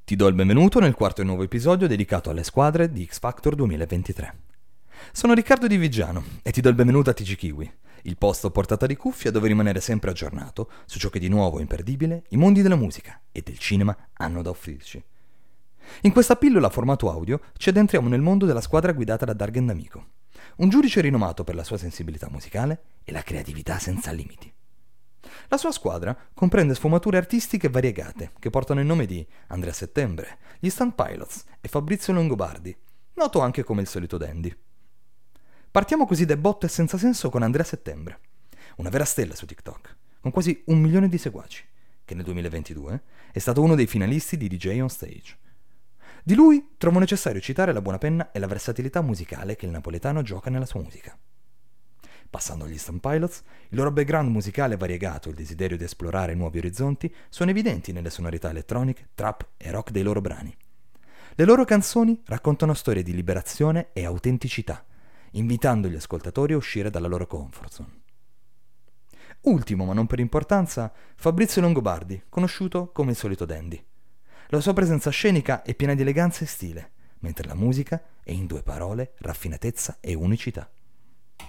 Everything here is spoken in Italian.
Ti do il benvenuto nel quarto e nuovo episodio dedicato alle squadre di X Factor 2023. Sono Riccardo Di Vigiano e ti do il benvenuto a TG Kiwi, il posto a portata di cuffia dove rimanere sempre aggiornato su ciò che di nuovo e imperdibile i mondi della musica e del cinema hanno da offrirci. In questa pillola a formato audio ci addentriamo nel mondo della squadra guidata da Dargen D'Amico, un giudice rinomato per la sua sensibilità musicale e la creatività senza limiti. La sua squadra comprende sfumature artistiche variegate che portano il nome di Andrea Settembre, gli Stunt Pilots e Fabrizio Longobardi, noto anche come il solito Dandy. Partiamo così da botte senza senso con Andrea Settembre, una vera stella su TikTok, con quasi 1 milione di seguaci, che nel 2022 è stato uno dei finalisti di DJ on Stage. Di lui trovo necessario citare la buona penna e la versatilità musicale che il napoletano gioca nella sua musica. Passando agli Stunt Pilots, il loro background musicale variegato e il desiderio di esplorare nuovi orizzonti sono evidenti nelle sonorità elettroniche, trap e rock dei loro brani. Le loro canzoni raccontano storie di liberazione e autenticità, invitando gli ascoltatori a uscire dalla loro comfort zone. Ultimo, ma non per importanza, Fabrizio Longobardi, conosciuto come il solito Dandy. La sua presenza scenica è piena di eleganza e stile, mentre la musica è in 2 parole raffinatezza e unicità.